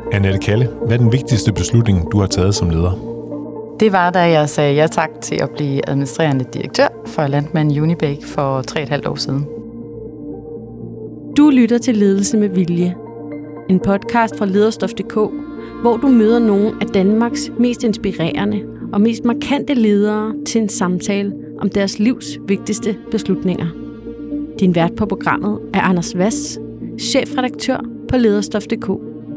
Annette Kalle, hvad er den vigtigste beslutning, du har taget som leder? Det var, da jeg sagde ja tak til at blive administrerende direktør for Landmand Unibake for 3,5 år siden. Du lytter til Ledelse med Vilje. En podcast fra Lederstof.dk, hvor du møder nogle af Danmarks mest inspirerende og mest markante ledere til en samtale om deres livs vigtigste beslutninger. Din vært på programmet er Anders Hvass, chefredaktør på Lederstof.dk.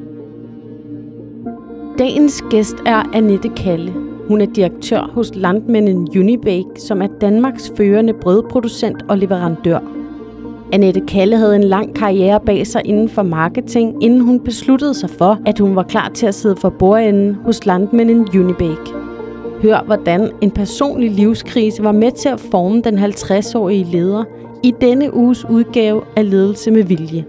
Dagens gæst er Annette Kalle. Hun er direktør hos Landmand Unibake, som er Danmarks førende brødproducent og leverandør. Annette Kalle havde en lang karriere bag sig inden for marketing, inden hun besluttede sig for, at hun var klar til at sidde for bordenden hos Landmand Unibake. Hør, hvordan en personlig livskrise var med til at forme den 50-årige leder i denne uges udgave af Ledelse med Vilje.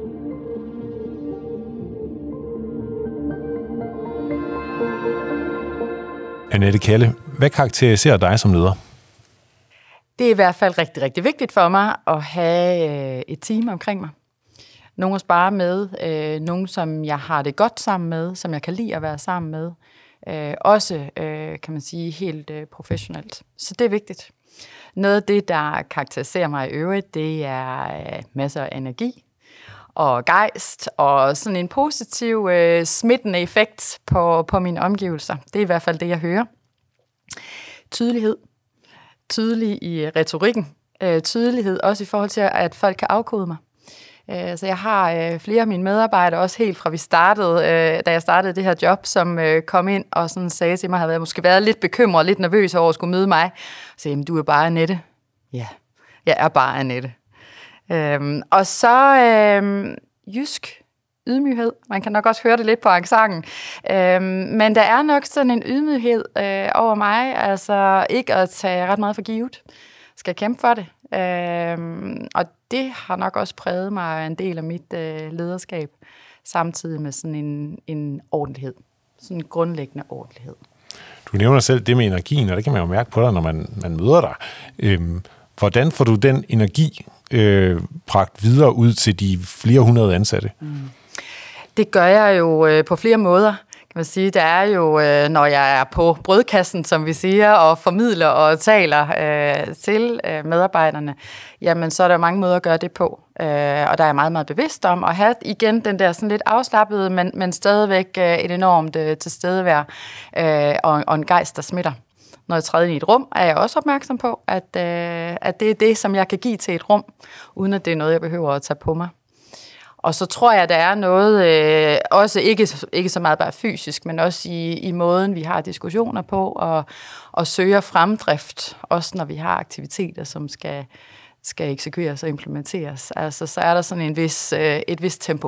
Annette Kalle, hvad karakteriserer dig som leder? Det er i hvert fald rigtig, rigtig vigtigt for mig at have et team omkring mig. Nogen at spare med, nogen som jeg har det godt sammen med, som jeg kan lide at være sammen med. Også, kan man sige, helt professionelt. Så det er vigtigt. Noget af det, der karakteriserer mig i øvrigt, det er masser af energi og gejst og sådan en positiv smittende effekt på mine omgivelser. Det er i hvert fald det, jeg hører. Tydelighed. Tydelig i retorikken. Tydelighed også i forhold til, at folk kan afkode mig. Så jeg har flere af mine medarbejdere, også helt fra vi startede, da jeg startede det her job, som kom ind og sådan sagde til mig, at jeg måske været lidt bekymret, lidt nervøs over at skulle møde mig. Så sagde, du er bare Annette. Ja, jeg er bare Annette. Og så jysk ydmyghed. Man kan nok også høre det lidt på accenten. Men der er nok sådan en ydmyghed over mig, altså ikke at tage ret meget for givet. Skal kæmpe for det. Og det har nok også præget mig en del af mit lederskab, samtidig med sådan en ordentlighed. Sådan en grundlæggende ordentlighed. Du nævner selv det med energien, og det kan man jo mærke på dig, når man møder dig. Hvordan får du den energi bragt videre ud til de flere hundrede ansatte? Det gør jeg jo på flere måder. Kan man sige, det er jo, når jeg er på brødkassen, som vi siger, og formidler og taler til medarbejderne, jamen så er der mange måder at gøre det på. Og der er jeg meget, meget bevidst om at have igen den der sådan lidt afslappede, men stadigvæk et enormt tilstedevær og en gejst, der smitter. Når jeg træder ind i et rum, er jeg også opmærksom på, at det er det, som jeg kan give til et rum, uden at det er noget, jeg behøver at tage på mig. Og så tror jeg, der er noget, også ikke så meget bare fysisk, men også i måden, vi har diskussioner på, og søger fremdrift, også når vi har aktiviteter, som skal eksekveres og implementeres. Altså, så er der sådan et vist tempo.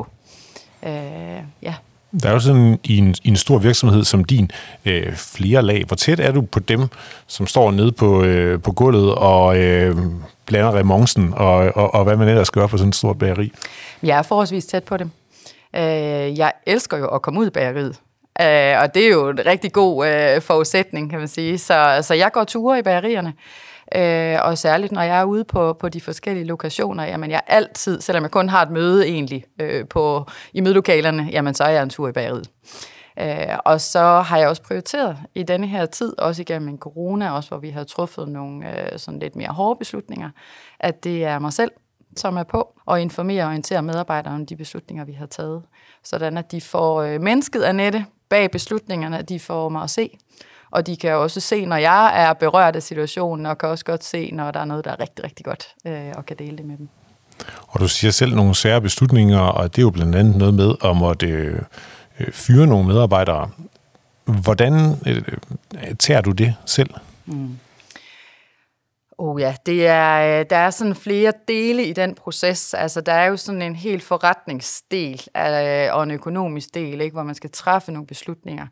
Ja. Der er jo sådan i en stor virksomhed som din flere lag. Hvor tæt er du på dem, som står nede på gulvet og blander remonsen, og hvad man ellers gør på sådan et stort bageri? Jeg er forholdsvis tæt på dem. Jeg elsker jo at komme ud i bageriet. Og det er jo en rigtig god forudsætning, kan man sige. Så jeg går ture i bagerierne. Og særligt når jeg er ude på de forskellige lokationer, jamen jeg altid, selvom jeg kun har et møde egentlig i mødelokalerne, jamen så er jeg en tur i bageriet. Og så har jeg også prioriteret i denne her tid, også igennem en corona, også hvor vi har truffet nogle sådan lidt mere hårde beslutninger, at det er mig selv, som er på, og informere og orientere medarbejdere om de beslutninger, vi har taget. Sådan at de får mennesket Annette bag beslutningerne, at de får mig at se. Og de kan også se, når jeg er berørt af situationen, og kan også godt se, når der er noget, der er rigtig, rigtig godt, og kan dele det med dem. Og du siger selv nogle svære beslutninger, og det er jo blandt andet noget med at måtte fyre nogle medarbejdere. Hvordan tager du det selv? Ja, der er sådan flere dele i den proces. Altså, der er jo sådan en helt forretningsdel og en økonomisk del, ikke, hvor man skal træffe nogle beslutninger.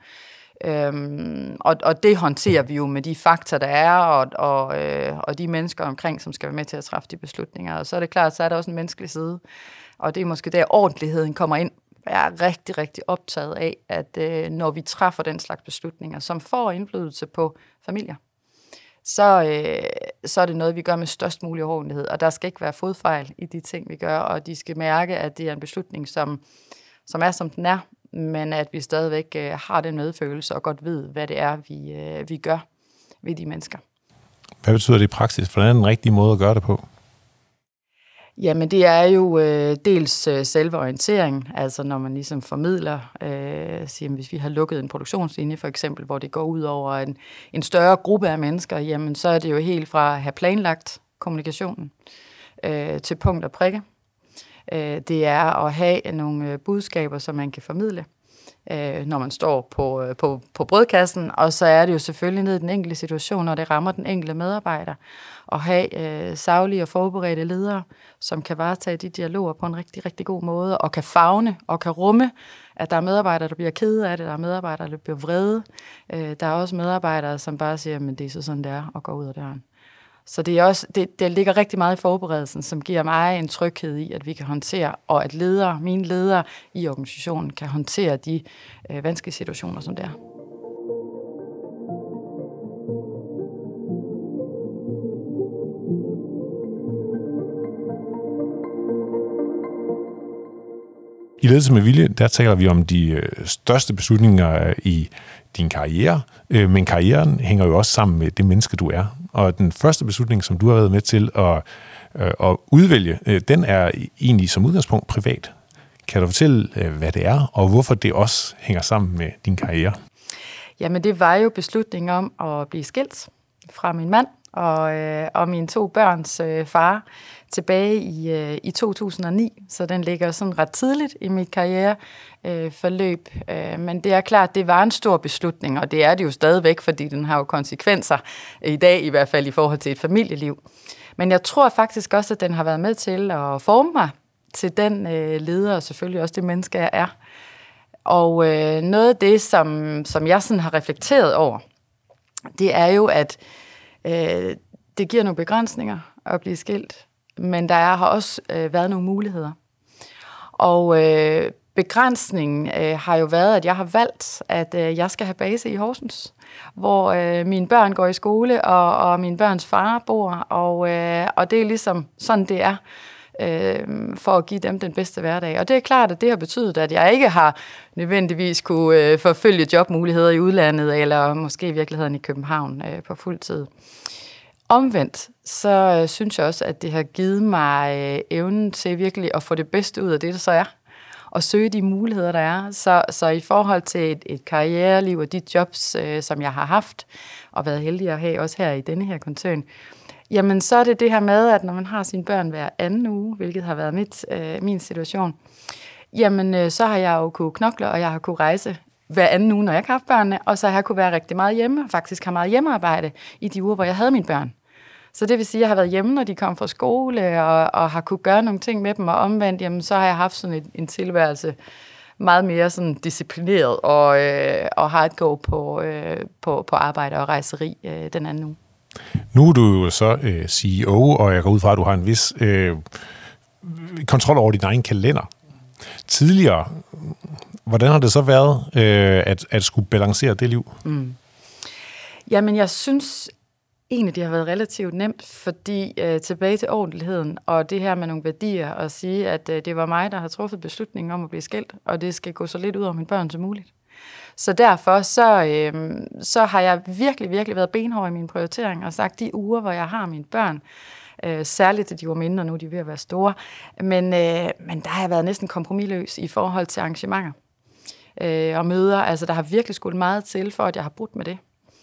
Og det håndterer vi jo med de fakta, der er, og de mennesker omkring, som skal være med til at træffe de beslutninger. Og så er det klart, så er der også en menneskelig side. Og det er måske der, ordentligheden kommer ind. Jeg er rigtig, rigtig optaget af, at når vi træffer den slags beslutninger, som får indflydelse på familier, så er det noget, vi gør med størst mulig ordentlighed. Og der skal ikke være fodfejl i de ting, vi gør, og de skal mærke, at det er en beslutning, som er, som den er, men at vi stadigvæk har den medfølelse og godt ved, hvad det er, vi gør ved de mennesker. Hvad betyder det i praksis? Hvordan er den rigtige måde at gøre det på? Jamen det er jo dels selve orientering, altså når man ligesom formidler, siger, hvis vi har lukket en produktionslinje for eksempel, hvor det går ud over en større gruppe af mennesker, jamen så er det jo helt fra at have planlagt kommunikationen til punkt og prikke. Det er at have nogle budskaber, som man kan formidle, når man står på brødkassen, og så er det jo selvfølgelig ned i den enkelte situation, når det rammer den enkelte medarbejder, at have saglige og forberedte ledere, som kan varetage de dialoger på en rigtig, rigtig god måde, og kan favne og kan rumme, at der er medarbejdere, der bliver kede af det, der er medarbejdere, der bliver vrede, der er også medarbejdere, som bare siger, men det er så sådan, det er, og går ud af døren. Så det er også, det ligger rigtig meget i forberedelsen, som giver mig en tryghed i, at vi kan håndtere, og at mine ledere i organisationen kan håndtere de vanskelige situationer, som det er. I Ledelse med Vilje, der taler vi om de største beslutninger i din karriere, men karrieren hænger jo også sammen med det menneske, du er. Og den første beslutning, som du har været med til at udvælge, den er egentlig som udgangspunkt privat. Kan du fortælle, hvad det er, og hvorfor det også hænger sammen med din karriere? Jamen, det var jo beslutningen om at blive skilt fra min mand og mine 2 børns far tilbage i 2009, så den ligger sådan ret tidligt i mit karriereforløb. Men det er klart, det var en stor beslutning, og det er det jo stadigvæk, fordi den har jo konsekvenser i dag, i hvert fald i forhold til et familieliv. Men jeg tror faktisk også, at den har været med til at forme mig til den leder, og selvfølgelig også det menneske, jeg er. Og noget af det, som jeg sådan har reflekteret over, det er jo, at det giver nogle begrænsninger at blive skilt, men der har også været nogle muligheder. Og begrænsningen har jo været, at jeg har valgt, at jeg skal have base i Horsens, hvor mine børn går i skole, og mine børns far bor, og det er ligesom sådan, det er, for at give dem den bedste hverdag. Og det er klart, at det har betydet, at jeg ikke har nødvendigvis kunne forfølge jobmuligheder i udlandet, eller måske i virkeligheden i København på fuld tid. Omvendt, så synes jeg også, at det har givet mig evnen til virkelig at få det bedste ud af det, der så er, og søge de muligheder, der er. Så i forhold til et karriereliv og de jobs, som jeg har haft, og været heldig at have også her i denne her koncern, jamen så er det her med, at når man har sine børn hver anden uge, hvilket har været min situation, jamen så har jeg jo kunne knokle, og jeg har kunne rejse hver anden uge, når jeg har haft børnene, og så har jeg kunne være rigtig meget hjemme, og faktisk har meget hjemmearbejde i de uger, hvor jeg havde mine børn. Så det vil sige, at jeg har været hjemme, når de kom fra skole, og har kunne gøre nogle ting med dem, og omvendt, jamen så har jeg haft sådan en tilværelse meget mere sådan disciplineret, og har et gå på arbejde og rejseri den anden uge. Nu er du jo så CEO, og jeg går ud fra, at du har en vis kontrol over din egen kalender. Tidligere, hvordan har det så været at skulle balancere det liv? Jamen, jeg synes egentlig, det har været relativt nemt, fordi tilbage til ordentligheden, og det her med nogle værdier, og sige, at det var mig, der har truffet beslutningen om at blive skilt, og det skal gå så lidt ud over mine børn som muligt. Så derfor så har jeg virkelig, virkelig været benhård i mine prioriteringer, og sagt, de uger, hvor jeg har mine børn, særligt at de var mindre, nu er de ved at være store, men der har jeg været næsten kompromisløs i forhold til arrangementer og møder. Altså, der har virkelig skulle meget til, for at jeg har brudt med det.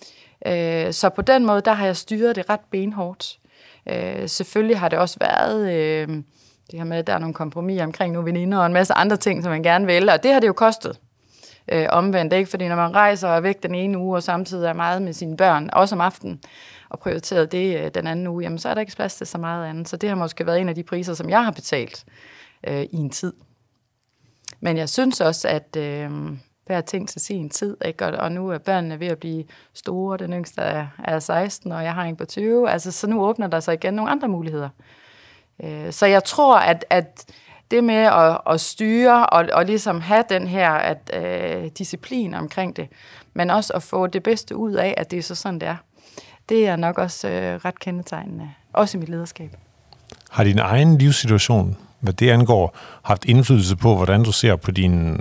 Så på den måde, der har jeg styret det ret benhårdt. Selvfølgelig har det også været det her med, at der er nogle kompromiser omkring nogle veninder og en masse andre ting, som man gerne vil, og det har det jo kostet. Omvendt, ikke? Fordi når man rejser og er væk den ene uge, og samtidig er meget med sine børn, også om aftenen, og prioriteret det den anden uge, jamen så er der ikke plads til så meget andet. Så det har måske været en af de priser, som jeg har betalt i en tid. Men jeg synes også, at hver ting til sin tid, ikke? Og nu er børnene ved at blive store, den yngste er 16, og jeg har en på 20, altså så nu åbner der sig igen nogle andre muligheder. Så jeg tror, at det med at styre og ligesom have den her disciplin omkring det, men også at få det bedste ud af, at det er så sådan, det er. Det er nok også ret kendetegnende, også i mit lederskab. Har din egen livssituation, hvad det angår, haft indflydelse på, hvordan du ser på din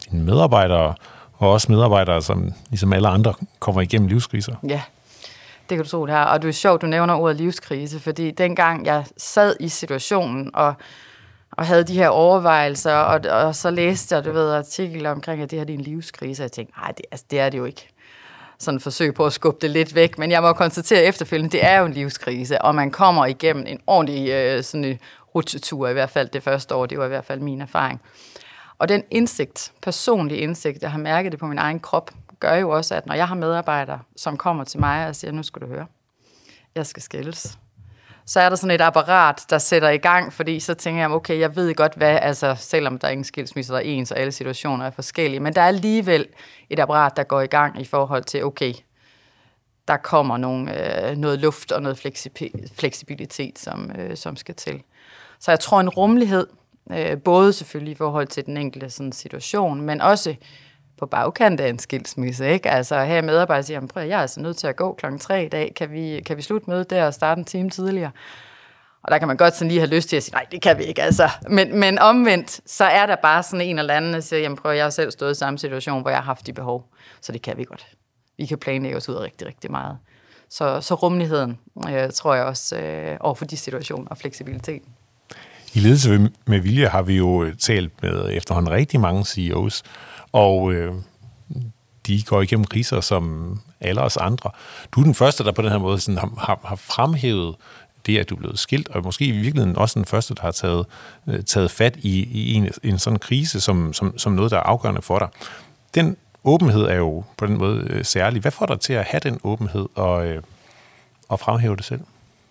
dine medarbejdere, og også medarbejdere, som ligesom alle andre kommer igennem livskriser. Ja, det kan du tro det her. Og det er sjovt, du nævner ordet livskrise, fordi dengang jeg sad i situationen og havde de her overvejelser, og så læste jeg, artikler omkring, at det her det er en livskrise, og jeg tænkte, nej, det er det jo ikke. Sådan et forsøg på at skubbe det lidt væk, men jeg må konstatere efterfølgende, det er jo en livskrise, og man kommer igennem en ordentlig sådan en rutsjetur, i hvert fald det første år, det var i hvert fald min erfaring. Og den personlig indsigt, jeg har mærket det på min egen krop, gør jo også, at når jeg har medarbejdere, som kommer til mig og siger, nu skal du høre, jeg skal skilles, så er der sådan et apparat, der sætter i gang, fordi så tænker jeg, okay, jeg ved godt hvad, altså selvom der er ingen skilsmisse, der er ens, og alle situationer er forskellige, men der er alligevel et apparat, der går i gang i forhold til, okay, der kommer noget luft og noget fleksibilitet, som skal til. Så jeg tror en rummelighed, både selvfølgelig i forhold til den enkelte sådan, situation, men også på bagkant af en skilsmisse, ikke? Altså her medarbejder siger, prøv at jeg er altså nødt til at gå 3:00 i dag, kan vi slutte mødet der og starte en time tidligere? Og der kan man godt sådan lige have lyst til at sige, nej, det kan vi ikke, altså. Men omvendt, så er der bare sådan en eller anden, der siger, jamen prøv at jeg har selv stået i samme situation, hvor jeg har haft de behov, så det kan vi godt. Vi kan planlægge os ud af rigtig, rigtig meget. Så rummeligheden, tror jeg også, over for de situationer og fleksibiliteten. I Ledelse med Vilje har vi jo talt med efterhånden rigtig mange CEOs, og de går igennem kriser som alle os andre. Du er den første, der på den her måde sådan har fremhævet det, at du er blevet skilt, og måske i virkeligheden også den første, der har taget fat i en sådan krise som noget, der er afgørende for dig. Den åbenhed er jo på den måde særlig. Hvad får dig til at have den åbenhed og fremhæve det selv?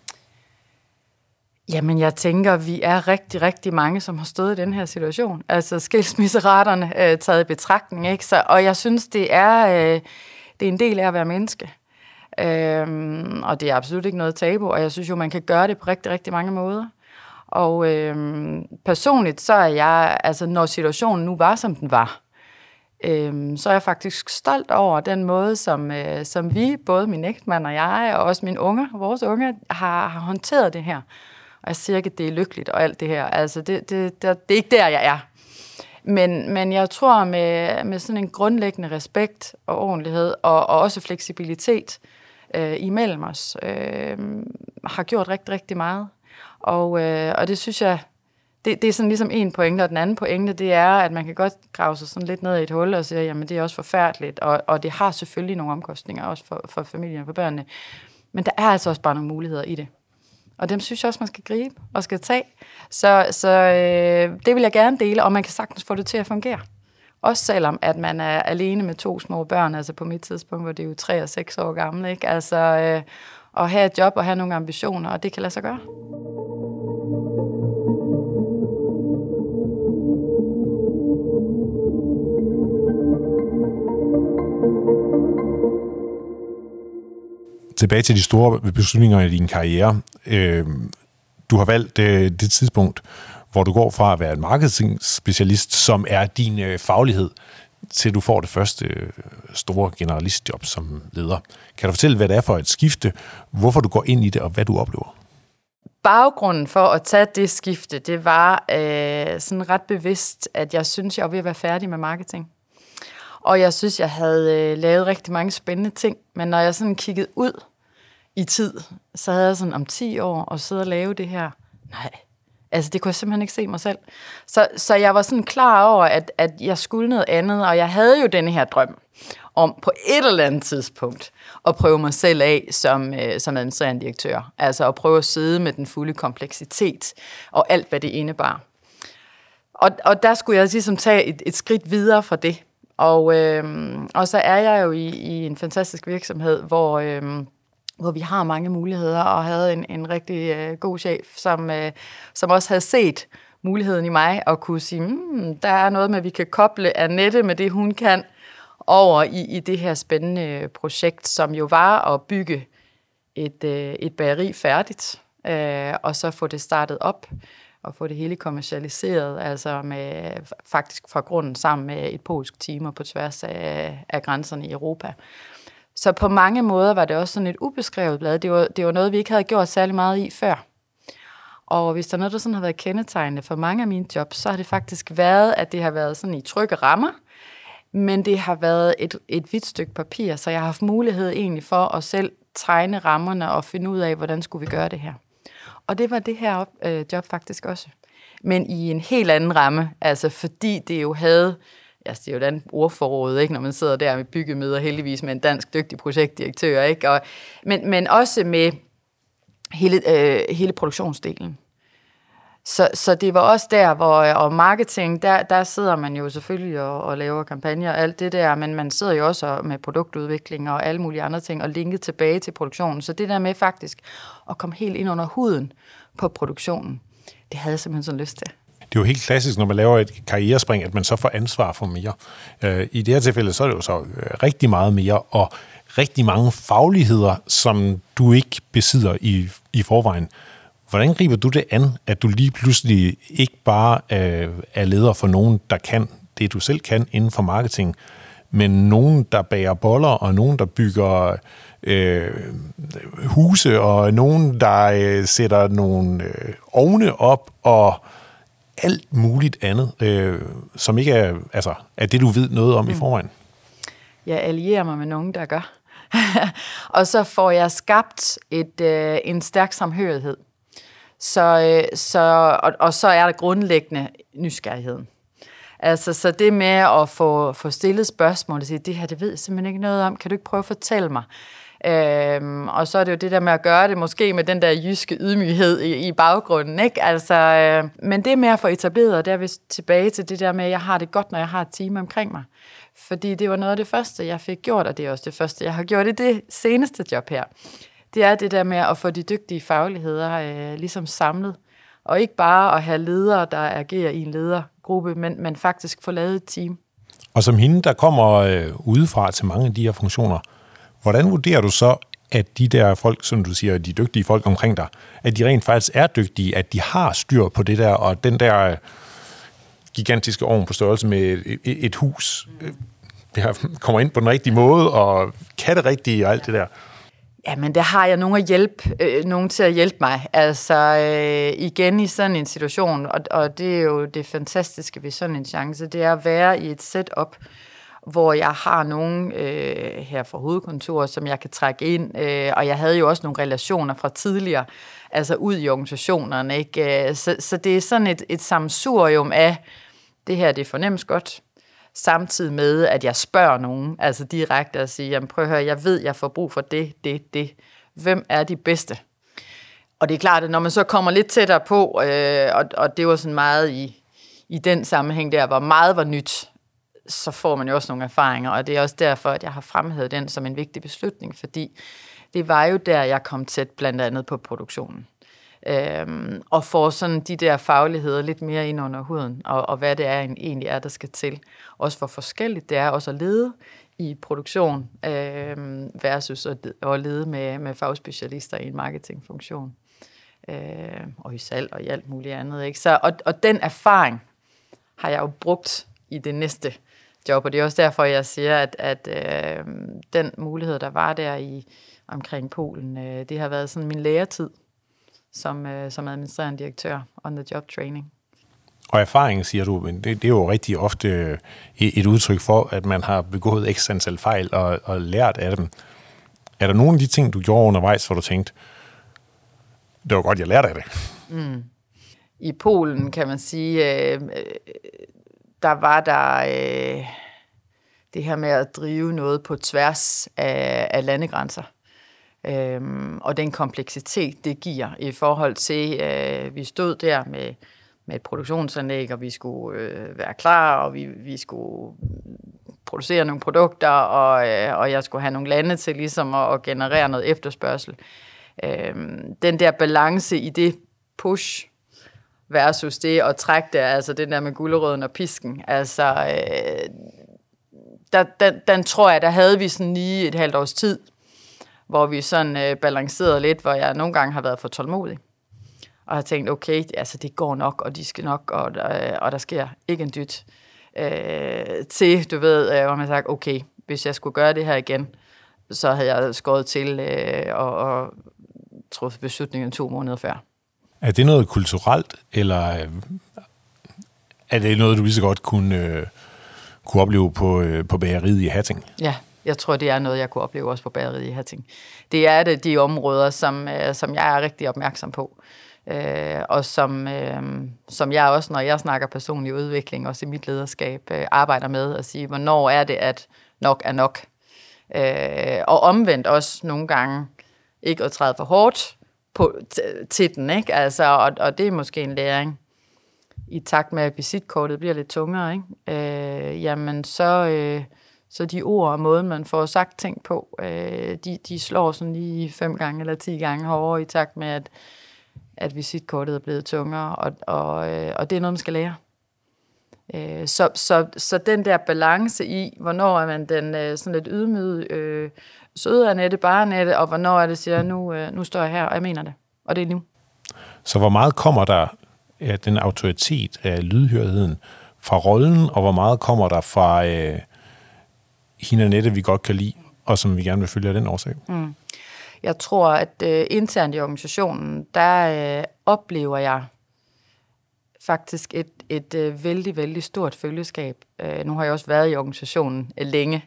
Jamen, jeg tænker, vi er rigtig, rigtig mange, som har stået i den her situation. Altså skilsmisseraterne taget i betragtning, ikke? Og jeg synes, det er en del af at være menneske. Og det er absolut ikke noget tabu, og jeg synes jo, man kan gøre det på rigtig, rigtig mange måder. Og personligt, så er jeg, altså når situationen nu var, som den var, så er jeg faktisk stolt over den måde, som vi, både min ægtemand og jeg, og også mine unger, vores unger, har håndteret det her. Og jeg siger ikke, at det er lykkeligt og alt det her. Altså, det er ikke der, jeg er. Men jeg tror, med sådan en grundlæggende respekt og ordentlighed, og også fleksibilitet imellem os, har gjort rigtig, rigtig meget. Og det synes jeg, det er sådan ligesom en pointe, og den anden pointe, det er, at man kan godt grave sig sådan lidt ned i et hul og sige, jamen det er også forfærdeligt, og det har selvfølgelig nogle omkostninger, også for familien og for børnene. Men der er altså også bare nogle muligheder i det. Og dem synes jeg også, man skal gribe og skal tage. Så det vil jeg gerne dele, og man kan sagtens få det til at fungere. Også selvom, at man er alene med 2 små børn, altså på mit tidspunkt, hvor det er jo 3 og 6 år gamle, ikke? Altså at have et job og have nogle ambitioner, og det kan lade sig gøre. Tilbage til de store beslutninger i din karriere. Du har valgt det tidspunkt, hvor du går fra at være en marketingspecialist, som er din faglighed, til du får det første store generalistjob som leder. Kan du fortælle, hvad det er for et skifte, hvorfor du går ind i det, og hvad du oplever? Baggrunden for at tage det skifte, det var sådan ret bevidst, at jeg synes, jeg var ved at være færdig med marketing. Og jeg synes, jeg havde lavet rigtig mange spændende ting, men når jeg sådan kiggede ud i tid, så havde jeg sådan om 10 år og sidde og lave det her. Nej, altså det kunne jeg simpelthen ikke se mig selv. Så jeg var sådan klar over, at jeg skulle noget andet, og jeg havde jo denne her drøm om på et eller andet tidspunkt at prøve mig selv af som administrerende direktør. Altså at prøve at sidde med den fulde kompleksitet og alt, hvad det indebar. Og der skulle jeg ligesom tage et skridt videre fra det. Og så er jeg jo i en fantastisk virksomhed, hvor vi har mange muligheder, og havde en rigtig god chef, som også havde set muligheden i mig, og kunne sige, der er noget med, at vi kan koble Annette med det, hun kan, over i det her spændende projekt, som jo var at bygge et bageri færdigt, og så få det startet op, og få det hele kommercialiseret, altså med faktisk fra grunden sammen med et polsk team på tværs af grænserne i Europa. Så på mange måder var det også sådan et ubeskrevet blad. Det var noget, vi ikke havde gjort særlig meget i før. Og hvis der er noget, der sådan har været kendetegnende for mange af mine jobs, så har det faktisk været, at det har været sådan i trygge rammer, Men det har været et hvidt stykke papir, så jeg har haft mulighed egentlig for at selv tegne rammerne og finde ud af, hvordan skulle vi gøre det her. Og det var det her job faktisk også. Men i en helt anden ramme, altså fordi det jo havde, altså det er jo et andet ordforråd, ikke, når man sidder der med byggemøder, heldigvis med en dansk dygtig projektdirektør, ikke? Men også med hele produktionsdelen. Så det var også der, og marketing, der sidder man jo selvfølgelig og laver kampagner og alt det der, men man sidder jo også med produktudvikling og alle mulige andre ting, og linket tilbage til produktionen. Så det der med faktisk at komme helt ind under huden på produktionen, det havde jeg simpelthen sådan lyst til. Det er jo helt klassisk, når man laver et karrierespring, at man så får ansvar for mere. I det her tilfælde, så er det jo så rigtig meget mere, og rigtig mange fagligheder, som du ikke besidder i forvejen. Hvordan griber du det an, at du lige pludselig ikke bare er leder for nogen, der kan det, du selv kan inden for marketing, men nogen, der bager boller, og nogen, der bygger huse, og nogen, der sætter nogle ovne op, og alt muligt andet, som ikke er det, du ved noget om i forvejen? Jeg allierer mig med nogen, der gør. Og så får jeg skabt en stærk samhørighed. Så er der grundlæggende nysgerrigheden. Altså, så det med at få stillet spørgsmål og sige, det her, det ved jeg simpelthen ikke noget om, kan du ikke prøve at fortælle mig? Og så er det jo det der med at gøre det, måske med den der jyske ydmyghed i baggrunden, ikke? Altså, men det med at få etableret, der er vi tilbage til det der med, at jeg har det godt, når jeg har et team omkring mig. Fordi det var noget af det første, jeg fik gjort, og det er også det første, jeg har gjort i det seneste job her. Det er det der med at få de dygtige fagligheder ligesom samlet. Og ikke bare at have ledere, der agerer i en ledergruppe, men faktisk få lavet et team. Og som hende, der kommer udefra til mange af de her funktioner, hvordan vurderer du så, at de der folk, som du siger, de dygtige folk omkring dig, at de rent faktisk er dygtige, at de har styr på det der, og den der gigantiske ovn på størrelse med et hus, det her kommer ind på den rigtige måde, og kan det rigtige og alt det der? Jamen, der har jeg nogen til at hjælpe mig. Altså, igen i sådan en situation, og det er jo det fantastiske ved sådan en chance, det er at være i et setup, hvor jeg har nogen her fra hovedkontoret, som jeg kan trække ind, og jeg havde jo også nogle relationer fra tidligere, altså ud i organisationerne, ikke? Så det er sådan et sammensurium af, det her, det fornemmes godt, samtidig med, at jeg spørger nogen, altså direkte at sige, jamen prøv at høre, jeg ved, jeg får brug for det. Hvem er de bedste? Og det er klart, at når man så kommer lidt tættere på, og det var sådan meget i den sammenhæng der, hvor meget var nyt, så får man jo også nogle erfaringer, og det er også derfor, at jeg har fremhævet den som en vigtig beslutning, fordi det var jo der, jeg kom tæt blandt andet på produktionen. Og får sådan de der fagligheder lidt mere ind under huden, og hvad det er egentlig er, der skal til. Også for forskelligt, det er også at lede i produktion versus at lede med fagspecialister i en marketingfunktion. Og i salg og i alt muligt andet. Ikke? Så, og den erfaring har jeg jo brugt i det næste job, og det er også derfor, jeg siger, at den mulighed, der var der omkring Polen, det har været sådan min læretid som administrerende direktør on the job training. Og erfaringen, siger du, men det er jo rigtig ofte et udtryk for, at man har begået x antal fejl og lært af dem. Er der nogle af de ting, du gjorde undervejs, hvor du tænkte, det var godt, jeg lærte af det? I Polen, kan man sige, der var det her med at drive noget på tværs af landegrænser. Og den kompleksitet, det giver i forhold til, vi stod der med et produktionsanlæg, og vi skulle være klar, og vi skulle producere nogle produkter, og jeg skulle have nogle lande til ligesom at generere noget efterspørgsel. Den der balance i det push versus det at trække det, altså den der med gulerøden og pisken, altså den tror jeg, der havde vi sådan lige et halvt års tid, hvor vi sådan balancerede lidt, hvor jeg nogle gange har været for tålmodig. Og har tænkt, okay, altså det går nok, og de skal nok, og der sker ikke en dyt. Til, du ved, hvor man sagt, okay, hvis jeg skulle gøre det her igen, så havde jeg skåret til og truffet beslutningen 2 måneder før. Er det noget kulturelt, eller er det noget, du lige så godt kunne kunne opleve på bageriet i Hatting? Ja, jeg tror, det er noget, jeg kunne opleve også på bageriet i Hatting. Det er de områder, som jeg er rigtig opmærksom på. Og som jeg også, når jeg snakker personlig udvikling, også i mit lederskab, arbejder med at sige, hvornår er det, at nok er nok. Og omvendt også nogle gange ikke at træde for hårdt til den, ikke? Altså, og det er måske en læring. I takt med, at visitkortet bliver lidt tungere, ikke? Jamen så de ord og måden, man får sagt ting på, de slår sådan lige 5 gange eller 10 gange hårdere i takt med, at visitkortet er blevet tungere, og det er noget, man skal lære. Så den der balance i, hvornår er man den sådan lidt ydmyge, søde Annette, bare Annette, og hvornår er det, siger nu står jeg her, og jeg mener det, og det er nu. Så hvor meget kommer der af den autoritet af lydhørigheden fra rollen, og hvor meget kommer der fra hende Annette, vi godt kan lide, og som vi gerne vil følge af den årsag? Jeg tror, at internt i organisationen, der oplever jeg faktisk et vældig, vældig stort følgeskab. Nu har jeg også været i organisationen længe,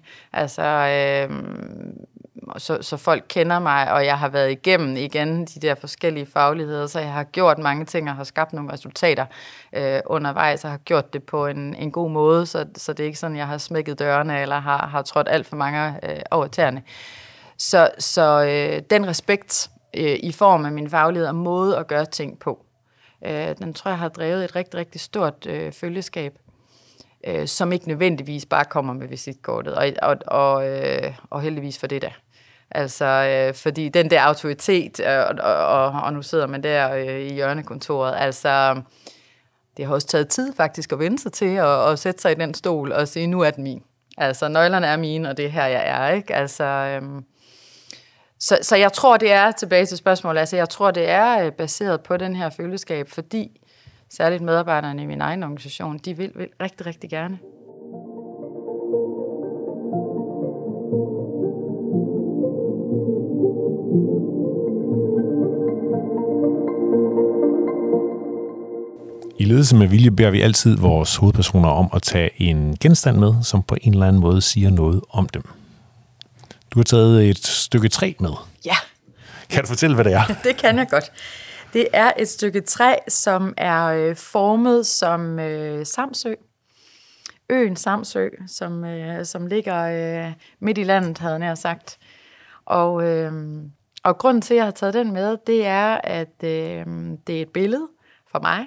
så folk kender mig, og jeg har været igennem igen de der forskellige fagligheder, så jeg har gjort mange ting og har skabt nogle resultater undervejs, og har gjort det på en god måde, så det er ikke sådan, jeg har smækket dørene, eller har trådt alt for mange over tæerne. Så den respekt i form af min faglighed og måde at gøre ting på, den tror jeg har drevet et rigtig, rigtig stort følgeskab, som ikke nødvendigvis bare kommer med visitkortet, og heldigvis for det der. Altså, fordi den der autoritet, og nu sidder man der i hjørnekontoret, altså, det har også taget tid faktisk at vende sig til at sætte sig i den stol og sige, nu er den min. Altså, nøglerne er mine, og det er her, jeg er, ikke? Altså, så jeg tror, det er, tilbage til spørgsmålet, altså, jeg tror, det er baseret på den her følgeskab, fordi særligt medarbejderne i min egen organisation, de vil rigtig, rigtig gerne. I Ledelse med Vilje beder vi altid vores hovedpersoner om at tage en genstand med, som på en eller anden måde siger noget om dem. Du har taget et stykke træ med. Ja. Kan du fortælle, hvad det er? Det kan jeg godt. Det er et stykke træ, som er formet som Samsø. Øen Samsø, som ligger midt i landet, havde jeg nær sagt. Og grunden til, at jeg har taget den med, det er, at det er et billede for mig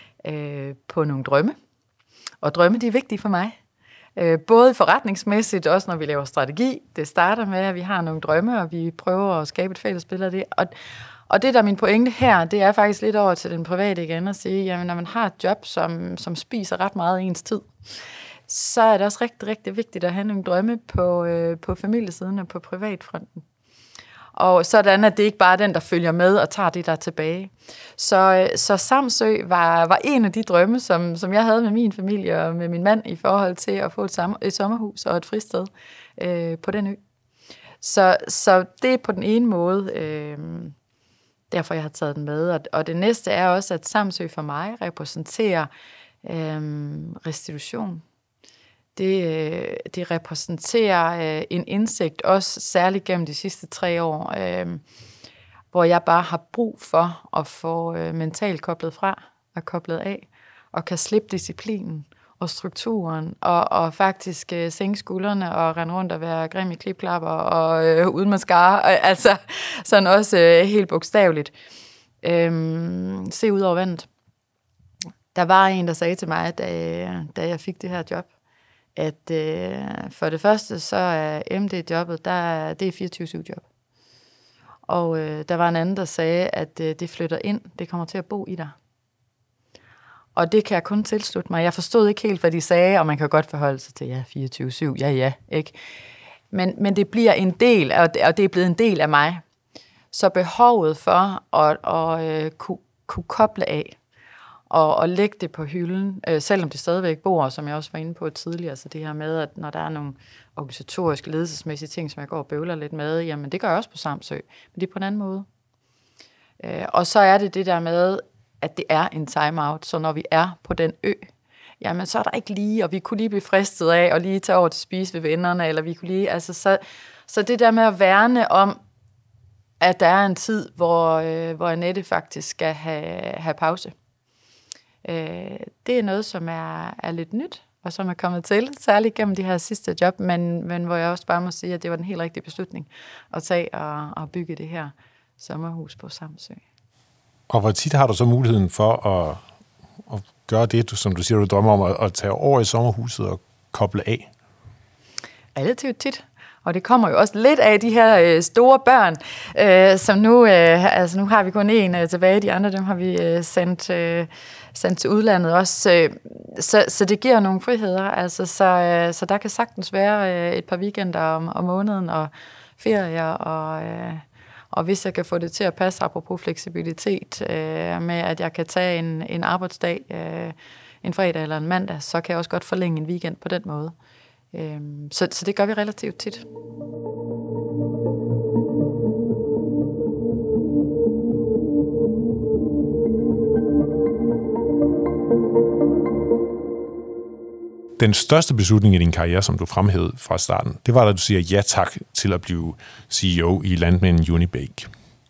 på nogle drømme. Og drømme, de er vigtige for mig. Både forretningsmæssigt, også når vi laver strategi. Det starter med, at vi har nogle drømme, og vi prøver at skabe et fælles billede af det. Og det, der er min pointe her, det er faktisk lidt over til den private igen, at sige, jamen når man har et job, som spiser ret meget af ens tid, så er det også rigtig, rigtig vigtigt at have nogle drømme på familiesiden og på privatfronten. Og sådan, at det ikke bare er den, der følger med og tager det der tilbage. Så Samsø var en af de drømme, som jeg havde med min familie og med min mand i forhold til at få et sommerhus og et fristed på den ø. Så det er på den ene måde, derfor jeg har taget den med. Og det næste er også, at Samsø for mig repræsenterer restitution. Det repræsenterer en indsigt, også særligt gennem de sidste 3 år, hvor jeg bare har brug for at få mentalt koblet fra og koblet af, og kan slippe disciplinen og strukturen, og faktisk sænke skuldrene og rende rundt og være grim i klipklapper og uden mascara, altså sådan også helt bogstaveligt. Se ud over vandet. Der var en, der sagde til mig, da jeg fik det her job, at for det første, så er MD-jobbet, det er 24/7 job. Og der var en anden, der sagde, at det flytter ind, det kommer til at bo i dig. Og det kan jeg kun tilslutte mig. Jeg forstod ikke helt, hvad de sagde, og man kan godt forholde sig til, 24/7, ja, ikke? Men det bliver en del, og det er blevet en del af mig. Så behovet for at kunne koble af, og lægge det på hylden, selvom det stadigvæk bor, som jeg også var inde på tidligere, så det her med, at når der er nogle organisatoriske, ledelsesmæssige ting, som jeg går og bøvler lidt med, jamen det gør jeg også på Samsø, men det er på en anden måde. Og så er det der med, at det er en time-out, så når vi er på den ø, jamen så er der ikke lige, og vi kunne lige blive fristet af, og lige tage over til spise ved vennerne, eller vi kunne lige, altså så det der med at værne om, at der er en tid, hvor Annette faktisk skal have pause. Det er noget, som er lidt nyt, og som er kommet til, særligt gennem de her sidste job, men hvor jeg også bare må sige, at det var den helt rigtige beslutning at tage og bygge det her sommerhus på Samsø. Og hvor tit har du så muligheden for at gøre det, som du siger, du drømmer om, at tage over i sommerhuset og koble af? Relativt tit. Og det kommer jo også lidt af de her store børn, som nu, altså nu har vi kun en tilbage, de andre dem har vi sendt til udlandet også. Så det giver nogle friheder, altså, så der kan sagtens være et par weekender om måneden, og ferier, og hvis jeg kan få det til at passe, apropos fleksibilitet, med at jeg kan tage en arbejdsdag, en fredag eller en mandag, så kan jeg også godt forlænge en weekend på den måde. Så det gør vi relativt tit. Den største beslutning i din karriere, som du fremhævede fra starten, det var, da du siger ja tak til at blive CEO i Landmænd Unibake.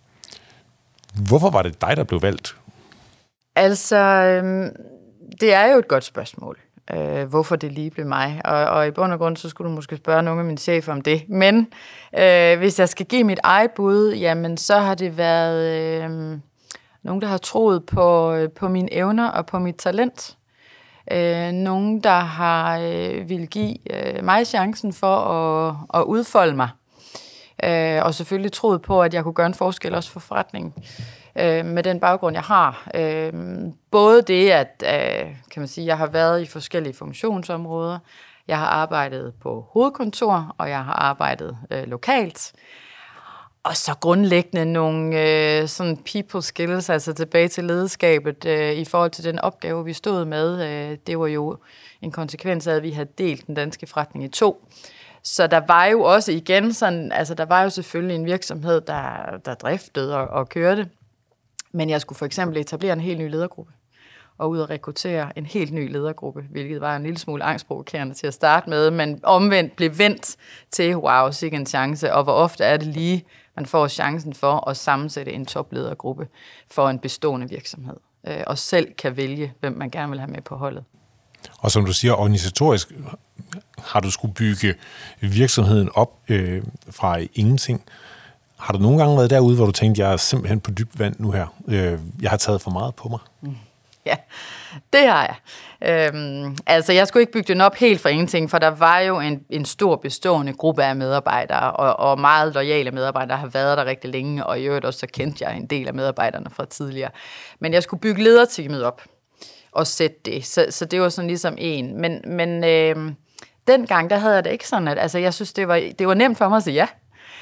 Hvorfor var det dig, der blev valgt? Altså, det er jo et godt spørgsmål. Hvorfor det lige blev mig. Og i bund og grund, så skulle du måske spørge nogle af mine chefer om det. Men hvis jeg skal give mit eget bud, jamen så har det været nogen, der har troet på mine evner og på mit talent. Nogen, der har vil give mig chancen for at udfolde mig. Og selvfølgelig troet på, at jeg kunne gøre en forskel også for forretningen. Med den baggrund, jeg har. Både det, at kan man sige, jeg har været i forskellige funktionsområder. Jeg har arbejdet på hovedkontor, og jeg har arbejdet lokalt. Og så grundlæggende nogle sådan people skills, altså tilbage til lederskabet i forhold til den opgave, vi stod med. Det var jo en konsekvens af, at vi havde delt den danske forretning i 2. Så der var jo også igen sådan, altså der var jo selvfølgelig en virksomhed, der driftede og kørte. Men jeg skulle for eksempel etablere en helt ny ledergruppe, og ud at rekruttere en helt ny ledergruppe, hvilket var en lille smule angstprovokerende til at starte med, men omvendt blev vendt til, wow, sikke en chance, og hvor ofte er det lige, man får chancen for at sammensætte en topledergruppe for en bestående virksomhed, og selv kan vælge, hvem man gerne vil have med på holdet. Og som du siger, organisatorisk har du skulle bygge virksomheden op fra ingenting. Har du nogle gange været derude, hvor du tænkte, jeg er simpelthen på dybt vand nu her? Jeg har taget for meget på mig. Ja, det har jeg. Altså, jeg skulle ikke bygge den op helt fra ingenting, for der var jo en stor bestående gruppe af medarbejdere, og meget loyale medarbejdere har været der rigtig længe, og i øvrigt også så kendte jeg en del af medarbejderne fra tidligere. Men jeg skulle bygge lederteamet op og sætte det, så det var sådan ligesom en. Men dengang, der havde jeg det ikke sådan, at altså, jeg synes, det var nemt for mig at sige ja.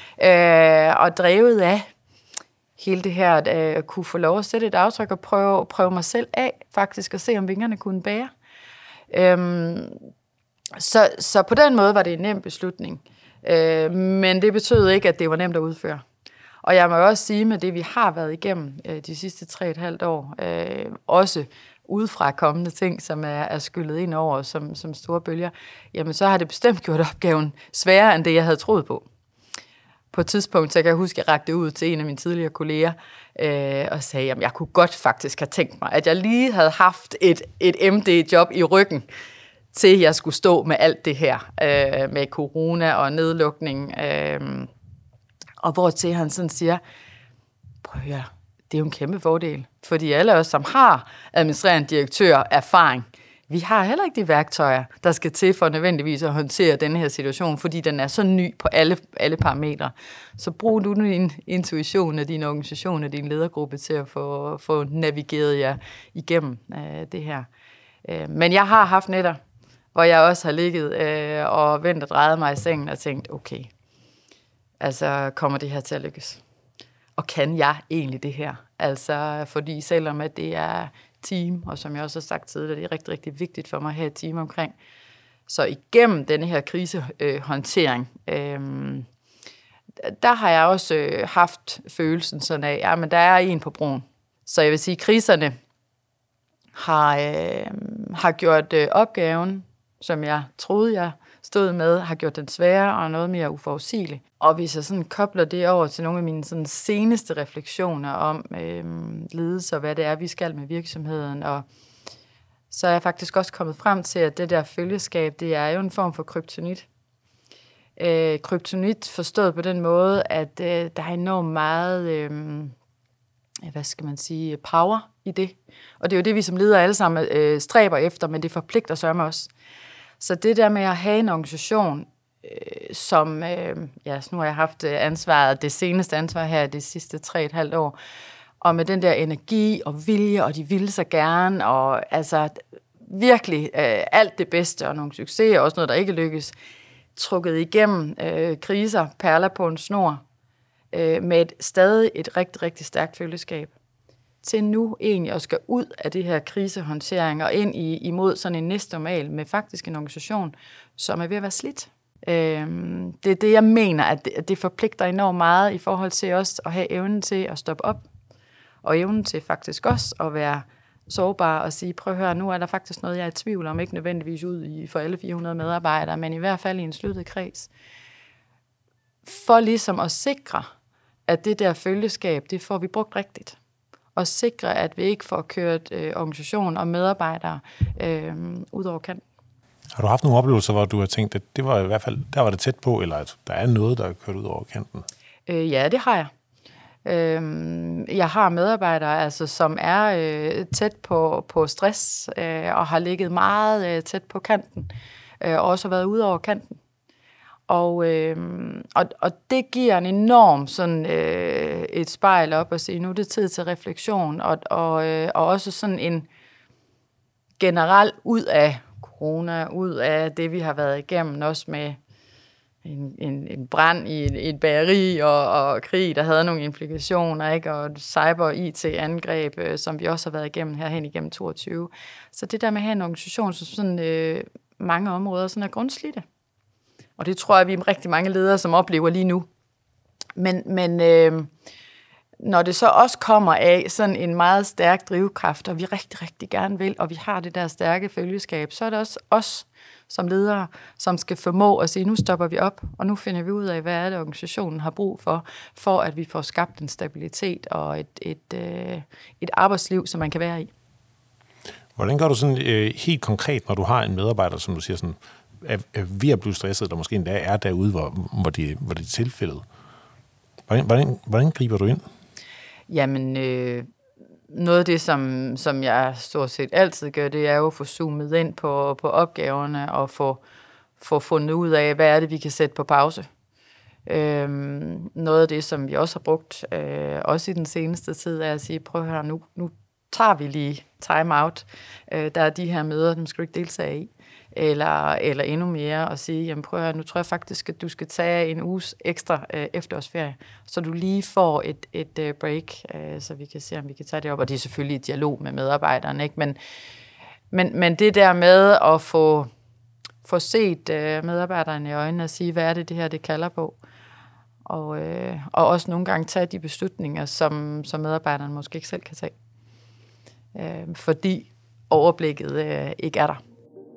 Og drevet af hele det her, at kunne få lov at sætte et aftryk og prøve mig selv af, faktisk at se, om vingerne kunne bære. Så på den måde var det en nem beslutning. Men det betød ikke, at det var nemt at udføre. Og jeg må også sige, med det vi har været igennem de sidste 3,5 år, også udefra kommende ting, som er skyllet ind over som store bølger, jamen så har det bestemt gjort opgaven sværere, end det jeg havde troet på. På et tidspunkt, så jeg kan huske, at jeg rakte ud til en af mine tidligere kolleger og sagde, at jeg kunne godt faktisk have tænkt mig, at jeg lige havde haft et MD-job i ryggen, til jeg skulle stå med alt det her, med corona og nedlukning. Og hvortil han sådan siger, prøv at høre, det er jo en kæmpe fordel, fordi alle os, som har administrerende direktør erfaring, vi har heller ikke de værktøjer, der skal til for nødvendigvis at håndtere denne her situation, fordi den er så ny på alle parametre. Så brug du din intuition af din organisation og din ledergruppe til at få navigeret jer igennem det her. Men jeg har haft nætter, hvor jeg også har ligget og vendt og drejet mig i sengen og tænkt, okay, altså kommer det her til at lykkes? Og kan jeg egentlig det her? Altså, fordi selvom at det er team, og som jeg også har sagt tidligere, det er rigtig, rigtig vigtigt for mig at have et team omkring. Så igennem denne her krisehåndtering, der har jeg også haft følelsen sådan af, ja, men der er en på broen. Så jeg vil sige, kriserne har gjort opgaven, som jeg troede, jeg stod med, har gjort den sværere og noget mere uforudsigelig. Og hvis jeg sådan kobler det over til nogle af mine sådan seneste refleksioner om ledelse og hvad det er, vi skal med virksomheden, og så er jeg faktisk også kommet frem til, at det der følgeskab, det er jo en form for kryptonit. Kryptonit forstået på den måde, at der er enormt meget, power i det. Og det er jo det, vi som ledere alle sammen stræber efter, men det forpligter sig med os. Så det der med at have en organisation, som, nu har jeg haft ansvaret, det seneste ansvar her, de sidste 3,5 år, og med den der energi og vilje, og de ville så gerne, og altså virkelig alt det bedste, og nogle succeser, også noget, der ikke lykkes, trukket igennem kriser, perler på en snor, med stadig et rigtig, rigtig stærkt følgeskab, til nu egentlig at skal ud af det her krisehåndtering, og ind imod sådan en næste normal, med faktisk en organisation, som er ved at være slidt. Det er det, jeg mener, at det forpligter enormt meget i forhold til os at have evnen til at stoppe op, og evnen til faktisk også at være sårbar og sige, prøv at høre, nu er der faktisk noget, jeg er i tvivl om, ikke nødvendigvis ud for alle 400 medarbejdere, men i hvert fald i en sluttet kreds. For ligesom at sikre, at det der følgeskab, det får vi brugt rigtigt. Og sikre, at vi ikke får kørt organisation og medarbejdere ud over kanten. Har du haft nogle oplevelser, hvor du har tænkt, at det var i hvert fald, der var det tæt på, eller at der er noget, der er kørt ud over kanten? Ja, det har jeg. Jeg har medarbejdere, altså, som er tæt på stress, og har ligget meget tæt på kanten, og også har været ude over kanten. Og det giver en enorm sådan et spejl op og sige, nu er det tid til refleksion, og også sådan en generelt ud af corona, ud af det, vi har været igennem, også med en brand i et bageri og krig, der havde nogle implikationer, ikke? Og cyber-IT-angreb, som vi også har været igennem herhen igennem 22. Så det der med at have en organisation, som sådan mange områder sådan er grundslidte. Og det tror jeg, vi er rigtig mange ledere, som oplever lige nu. Men når det så også kommer af sådan en meget stærk drivkraft, og vi rigtig, rigtig gerne vil, og vi har det der stærke følgeskab, så er det også os som ledere, som skal formå at sige, nu stopper vi op, og nu finder vi ud af, hvad er det, organisationen har brug for at vi får skabt en stabilitet og et arbejdsliv, som man kan være i. Hvordan gør du sådan helt konkret, når du har en medarbejder, som du siger, sådan, er ved at blive stresset, eller måske endda er derude, hvor det er tilfældet? Hvordan griber du ind? Jamen, noget af det, som jeg stort set altid gør, det er jo at få zoomet ind på opgaverne, og få fundet ud af, hvad er det, vi kan sætte på pause. Noget af det, som vi også har brugt, også i den seneste tid, er at sige, prøv at høre, nu tager vi lige time out. Der er de her møder, dem skal du ikke deltage i. Eller endnu mere og sige, jamen prøv at høre, nu tror jeg faktisk, at du skal tage en uges ekstra efterårsferie, så du lige får et break, så vi kan se, om vi kan tage det op. Og det er selvfølgelig i dialog med medarbejderne, ikke? Men det der med at få set medarbejderne i øjnene og sige, hvad er det her, det kalder på. Og også nogle gange tage de beslutninger, som medarbejderne måske ikke selv kan tage. Fordi overblikket ikke er der.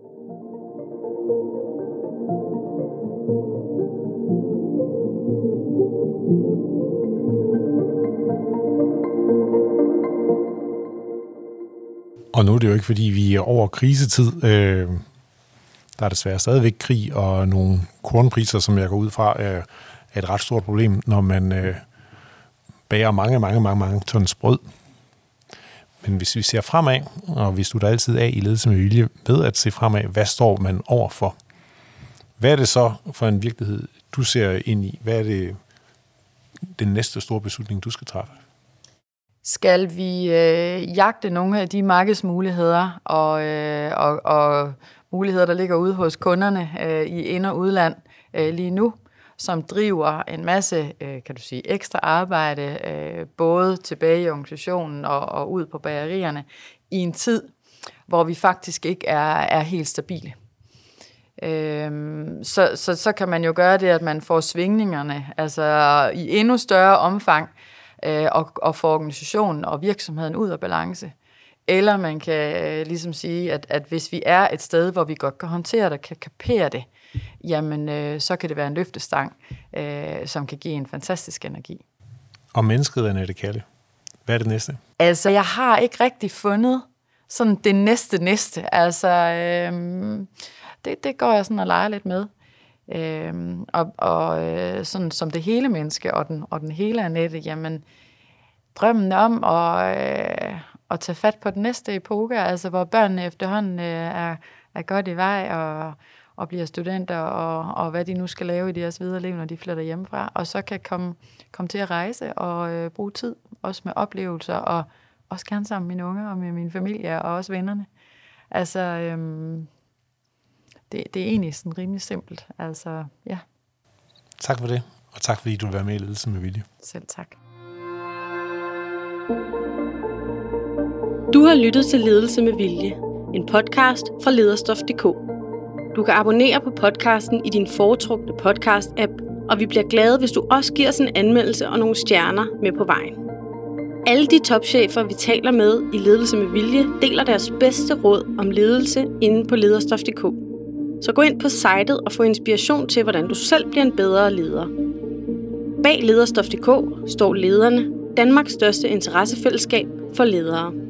Og nu er det jo ikke, fordi vi er over krisetid. Der er desværre stadigvæk krig, og nogle kornpriser, som jeg går ud fra, er et ret stort problem, når man bager mange tons brød. Men hvis vi ser fremad, og hvis du der altid er i ledelse med vilje ved at se fremad, hvad står man overfor? Hvad er det så for en virkelighed, du ser ind i? Hvad er det den næste store beslutning, du skal træffe? Skal vi jagte nogle af de markedsmuligheder og muligheder, der ligger ude hos kunderne i ind- og udland lige nu, som driver en masse, kan du sige, ekstra arbejde, både tilbage i organisationen og ud på bagerierne, i en tid, hvor vi faktisk ikke er helt stabile. Så kan man jo gøre det, at man får svingningerne altså i endnu større omfang, og få organisationen og virksomheden ud af balance, Eller man kan ligesom sige, at hvis vi er et sted, hvor vi godt kan håndtere det, kan kapere det, jamen så kan det være en løftestang, som kan give en fantastisk energi. Og mennesket, Annette Kalle. Hvad er det næste? Altså, jeg har ikke rigtig fundet sådan det næste. Altså, det går jeg sådan og leger lidt med. Sådan som det hele menneske og den hele Annette, jamen drømmen om at tage fat på den næste epoke, altså hvor børnene efterhånden er godt i vej og bliver studenter og hvad de nu skal lave i deres videre liv, når de flytter hjemmefra, og så kan komme til at rejse og bruge tid, også med oplevelser, og også gerne sammen med mine unger og med min familie og også vennerne. Altså, det er egentlig sådan rimelig simpelt. Altså, ja. Tak for det, og tak fordi du vil være med i Ledelse med Vilje. Selv tak. Du har lyttet til Ledelse med Vilje, en podcast fra Lederstof.dk. Du kan abonnere på podcasten i din foretrukne podcast-app, og vi bliver glade, hvis du også giver os en anmeldelse og nogle stjerner med på vejen. Alle de topchefer, vi taler med i Ledelse med Vilje, deler deres bedste råd om ledelse inde på Lederstof.dk. Så gå ind på sitet og få inspiration til, hvordan du selv bliver en bedre leder. Bag Lederstof.dk står Lederne, Danmarks største interessefællesskab for ledere.